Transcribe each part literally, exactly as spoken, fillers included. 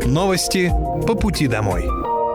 Новости по пути домой.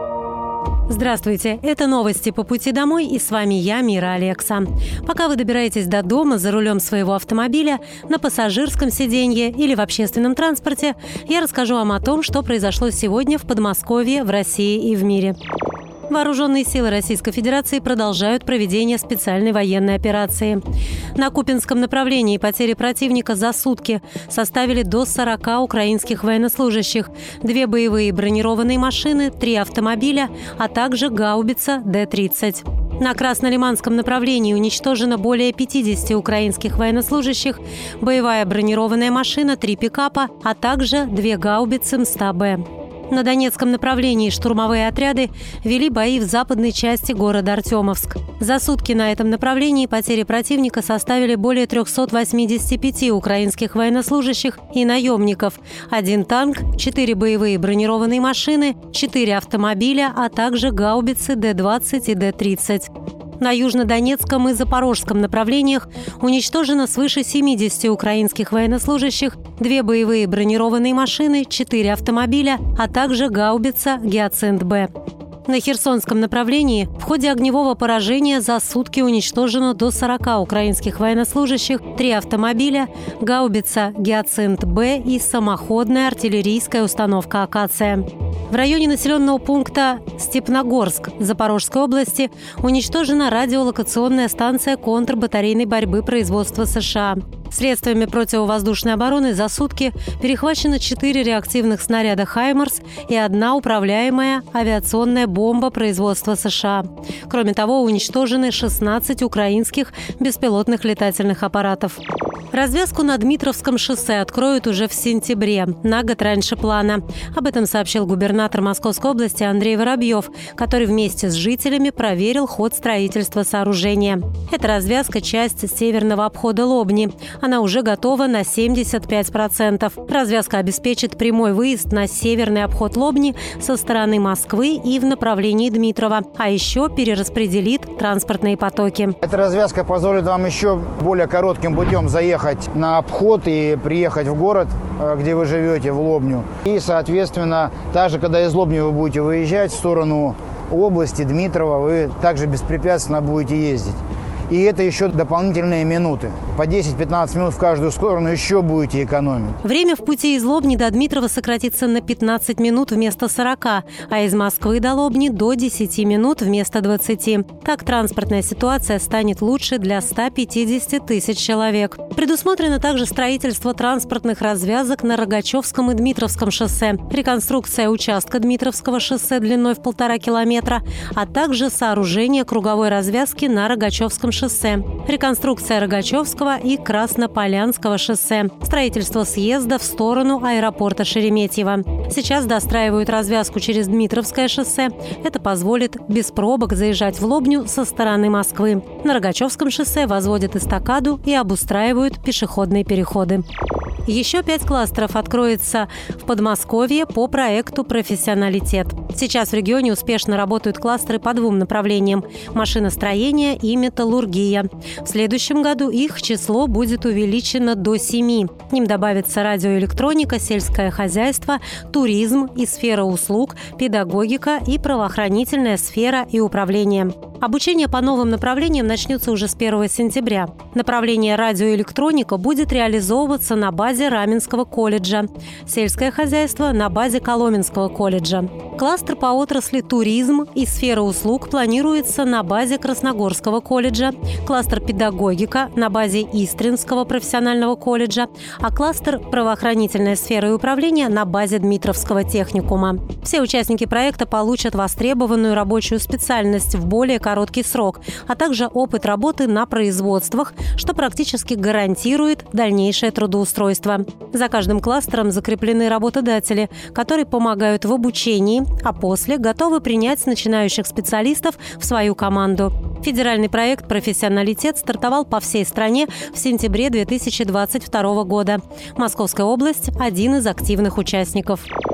Здравствуйте, это новости по пути домой, и с вами я, Мира Алекса. Пока вы добираетесь до дома за рулем своего автомобиля, на пассажирском сиденье или в общественном транспорте, я расскажу вам о том, что произошло сегодня в Подмосковье, в России и в мире. Вооруженные силы Российской Федерации продолжают проведение специальной военной операции. На Купянском направлении потери противника за сутки составили до сорока украинских военнослужащих, две боевые бронированные машины, три автомобиля, а также гаубица Д тридцать. На Краснолиманском направлении уничтожено более пятидесяти украинских военнослужащих, боевая бронированная машина, три пикапа, а также две гаубицы М сто Б. На Донецком направлении штурмовые отряды вели бои в западной части города Артемовск. За сутки на этом направлении потери противника составили более трёхсот восьмидесяти пяти украинских военнослужащих и наемников, один танк, четыре боевые бронированные машины, четыре автомобиля, а также гаубицы Д двадцать и Д тридцать. На южнодонецком и запорожском направлениях уничтожено свыше семидесяти украинских военнослужащих, две боевые бронированные машины, четыре автомобиля, а также гаубица Гиацинт Б. На Херсонском направлении в ходе огневого поражения за сутки уничтожено до сорока украинских военнослужащих, три автомобиля, гаубица Гиацинт Б и самоходная артиллерийская установка «Акация». В районе населенного пункта Степногорск Запорожской области уничтожена радиолокационная станция контрбатарейной борьбы производства США. Средствами противовоздушной обороны за сутки перехвачено четыре реактивных снаряда «Хаймарс» и одна управляемая авиационная бомба производства США. Кроме того, уничтожены шестнадцать украинских беспилотных летательных аппаратов. Развязку на Дмитровском шоссе откроют уже в сентябре, на год раньше плана. Об этом сообщил губернатор Московской области Андрей Воробьев, который вместе с жителями проверил ход строительства сооружения. Эта развязка – часть северного обхода Лобни. Она уже готова на семьдесят пять процентов. Развязка обеспечит прямой выезд на северный обход Лобни со стороны Москвы и в направлении Дмитрова, а еще перераспределит транспортные потоки. Эта развязка позволит вам еще более коротким путем заехать на обход и приехать в город, где вы живете, в Лобню. И, соответственно, также, когда из Лобни вы будете выезжать в сторону области Дмитрова, вы также беспрепятственно будете ездить. И это еще дополнительные минуты. По десять-пятнадцать минут в каждую сторону еще будете экономить. Время в пути из Лобни до Дмитрова сократится на пятнадцать минут вместо сорока, а из Москвы до Лобни до десяти минут вместо двадцати. Так транспортная ситуация станет лучше для ста пятидесяти тысяч человек. Предусмотрено также строительство транспортных развязок на Рогачевском и Дмитровском шоссе, реконструкция участка Дмитровского шоссе длиной в полтора километра, а также сооружение круговой развязки на Рогачевском шоссе. шоссе, реконструкция Рогачевского и Краснополянского шоссе, строительство съезда в сторону аэропорта Шереметьево. Сейчас достраивают развязку через Дмитровское шоссе. Это позволит без пробок заезжать в Лобню со стороны Москвы. На Рогачевском шоссе возводят эстакаду и обустраивают пешеходные переходы. Еще пять кластеров откроется в Подмосковье по проекту «Профессионалитет». Сейчас в регионе успешно работают кластеры по двум направлениям – машиностроение и металлургия. В следующем году их число будет увеличено до семи. К ним добавятся радиоэлектроника, сельское хозяйство, туризм и сфера услуг, педагогика и правоохранительная сфера и управление. Обучение по новым направлениям начнется уже с первого сентября. Направление радиоэлектроника будет реализовываться на базе Раменского колледжа, сельское хозяйство на базе Коломенского колледжа. Кластер по отрасли туризм и сфера услуг планируется на базе Красногорского колледжа, кластер педагогика на базе Истринского профессионального колледжа, а кластер правоохранительная сфера и управление на базе Дмитровского техникума. Все участники проекта получат востребованную рабочую специальность в более короткий срок, а также опыт работы на производствах, что практически гарантирует дальнейшее трудоустройство. За каждым кластером закреплены работодатели, которые помогают в обучении, а после готовы принять начинающих специалистов в свою команду. Федеральный проект «Профессионалитет» стартовал по всей стране в сентябре две тысячи двадцать второго года. Московская область – один из активных участников.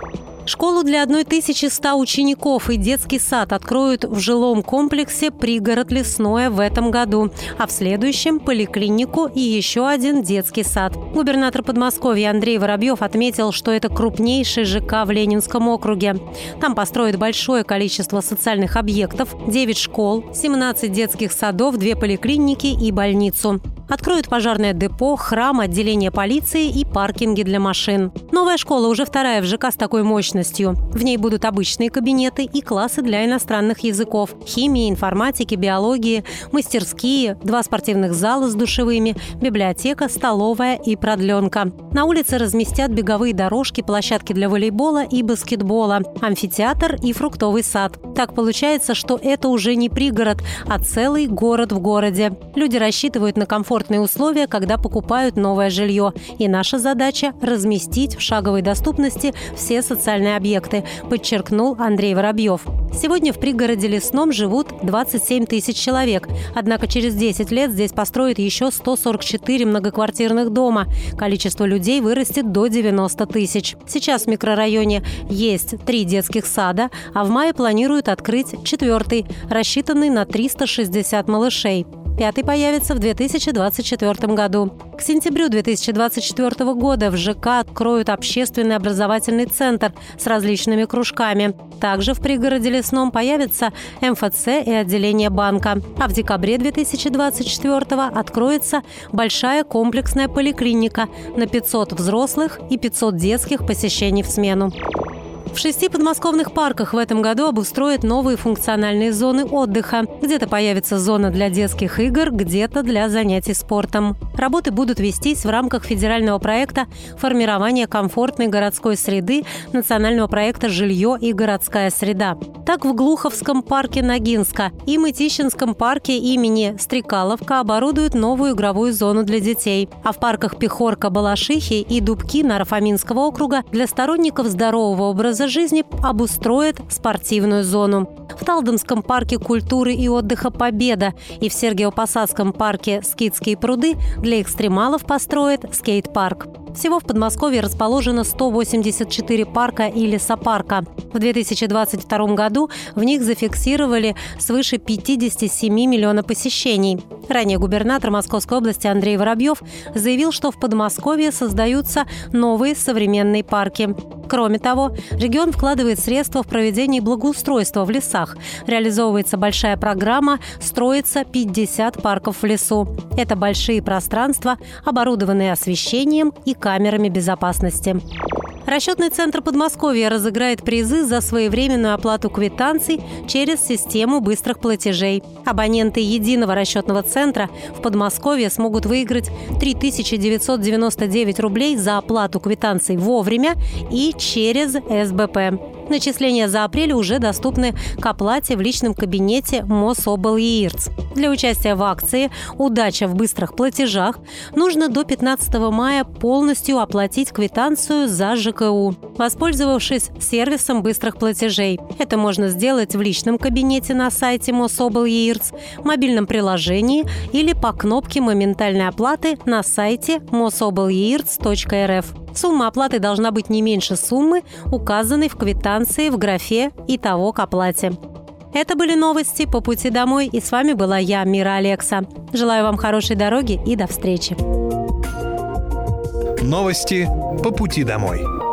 Школу для тысячи ста учеников и детский сад откроют в жилом комплексе «Пригород Лесное» в этом году, а в следующем – поликлинику и еще один детский сад. Губернатор Подмосковья Андрей Воробьев отметил, что это крупнейший ЖК в Ленинском округе. Там построят большое количество социальных объектов, девять школ, семнадцать детских садов, две поликлиники и больницу. Откроют пожарное депо, храм, отделение полиции и паркинги для машин. Новая школа уже вторая в ЖК с такой мощностью. В ней будут обычные кабинеты и классы для иностранных языков, химии, информатики, биологии, мастерские, два спортивных зала с душевыми, библиотека, столовая и продленка. На улице разместят беговые дорожки, площадки для волейбола и баскетбола, амфитеатр и фруктовый сад. Так получается, что это уже не пригород, а целый город в городе. Люди рассчитывают на комфорт условия, когда покупают новое жилье. И наша задача – разместить в шаговой доступности все социальные объекты, подчеркнул Андрей Воробьев. Сегодня в пригороде Лесном живут двадцать семь тысяч человек. Однако через десять лет здесь построят еще сто сорок четыре многоквартирных дома. Количество людей вырастет до девяноста тысяч. Сейчас в микрорайоне есть три детских сада, а в мае планируют открыть четвертый, рассчитанный на триста шестьдесят малышей. Пятый появится в две тысячи двадцать четвёртом году. К сентябрю две тысячи двадцать четвёртого года в ЖК откроют общественный образовательный центр с различными кружками. Также в пригороде Лесном появится эм эф цэ и отделение банка. А в декабре две тысячи двадцать четвёртого откроется большая комплексная поликлиника на пятьсот взрослых и пятьсот детских посещений в смену. В шести подмосковных парках в этом году обустроят новые функциональные зоны отдыха. Где-то появится зона для детских игр, где-то для занятий спортом. Работы будут вестись в рамках федерального проекта «Формирование комфортной городской среды» национального проекта «Жилье и городская среда». Так, в Глуховском парке Ногинска и Мытищинском парке имени Стрекаловка оборудуют новую игровую зону для детей. А в парках Пехорка, Балашихи и Дубки Наро-Фоминского округа для сторонников здорового образа жизни обустроят спортивную зону. В Талдомском парке культуры и отдыха «Победа» и в Сергиево-Посадском парке «Скитские пруды» для экстремалов построят скейт-парк. Всего в Подмосковье расположено сто восемьдесят четыре парка и лесопарка. В две тысячи двадцать втором году в них зафиксировали свыше пятьдесят семь миллионов посещений. Ранее губернатор Московской области Андрей Воробьев заявил, что в Подмосковье создаются новые современные парки. Кроме того, регион вкладывает средства в проведение благоустройства в лесах. Реализовывается большая программа «Строится пятьдесят парков в лесу». Это большие пространства, оборудованные освещением и камерами безопасности. Расчетный центр Подмосковья разыграет призы за своевременную оплату квитанций через систему быстрых платежей. Абоненты единого расчетного центра в Подмосковье смогут выиграть три тысячи девятьсот девяносто девять рублей за оплату квитанций вовремя и через эс бэ пэ. Начисления за апрель уже доступны к оплате в личном кабинете Мособлъеирц. Для участия в акции «Удача в быстрых платежах» нужно до пятнадцатого мая полностью оплатить квитанцию за жэ ка у, воспользовавшись сервисом быстрых платежей. Это можно сделать в личном кабинете на сайте Мособлъеирц, мобильном приложении или по кнопке моментальной оплаты на сайте мособлъеирц точка эр эф. Сумма оплаты должна быть не меньше суммы, указанной в квитанции в графе «Итого к оплате». Это были новости по пути домой, и с вами была я, Мира Алекса. Желаю вам хорошей дороги и до встречи. Новости по пути домой.